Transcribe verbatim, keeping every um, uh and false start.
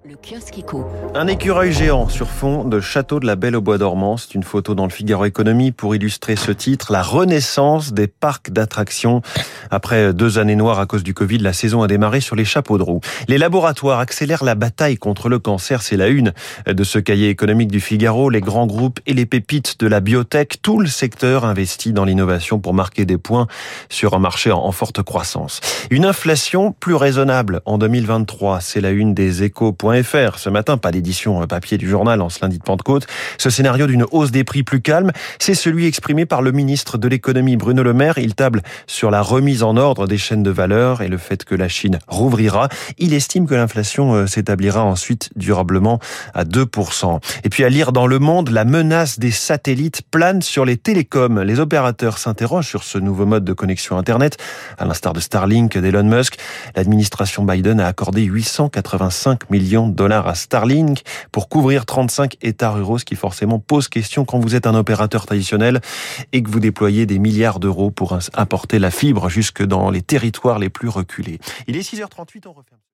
Le kiosque éco. Un écureuil géant sur fond de château de la Belle au Bois dormant. C'est une photo dans le Figaro Économie pour illustrer ce titre, la renaissance des parcs d'attractions. Après deux années noires à cause du Covid, la saison a démarré sur les chapeaux de roue. Les laboratoires accélèrent la bataille contre le cancer. C'est la une de ce cahier économique du Figaro. Les grands groupes et les pépites de la biotech, tout le secteur investit dans l'innovation pour marquer des points sur un marché en forte croissance. Une inflation plus raisonnable en deux mille vingt-trois. C'est la une des échos point f r ce matin, pas d'édition papier du journal en ce lundi de Pentecôte. Ce scénario d'une hausse des prix plus calme, c'est celui exprimé par le ministre de l'économie Bruno Le Maire. Il table sur la remise en ordre des chaînes de valeur et le fait que la Chine rouvrira. Il estime que l'inflation s'établira ensuite durablement à deux pour cent. Et puis à lire dans Le Monde, la menace des satellites plane sur les télécoms. Les opérateurs s'interrogent sur ce nouveau mode de connexion Internet, à l'instar de Starlink d'Elon Musk. L'administration Biden a accordé huit cent quatre-vingt-cinq millions de dollars à Starlink pour couvrir trente-cinq États ruraux, ce qui forcément pose question quand vous êtes un opérateur traditionnel et que vous déployez des milliards d'euros pour apporter la fibre jusque dans les territoires les plus reculés. Il est six heures trente-huit, on referme.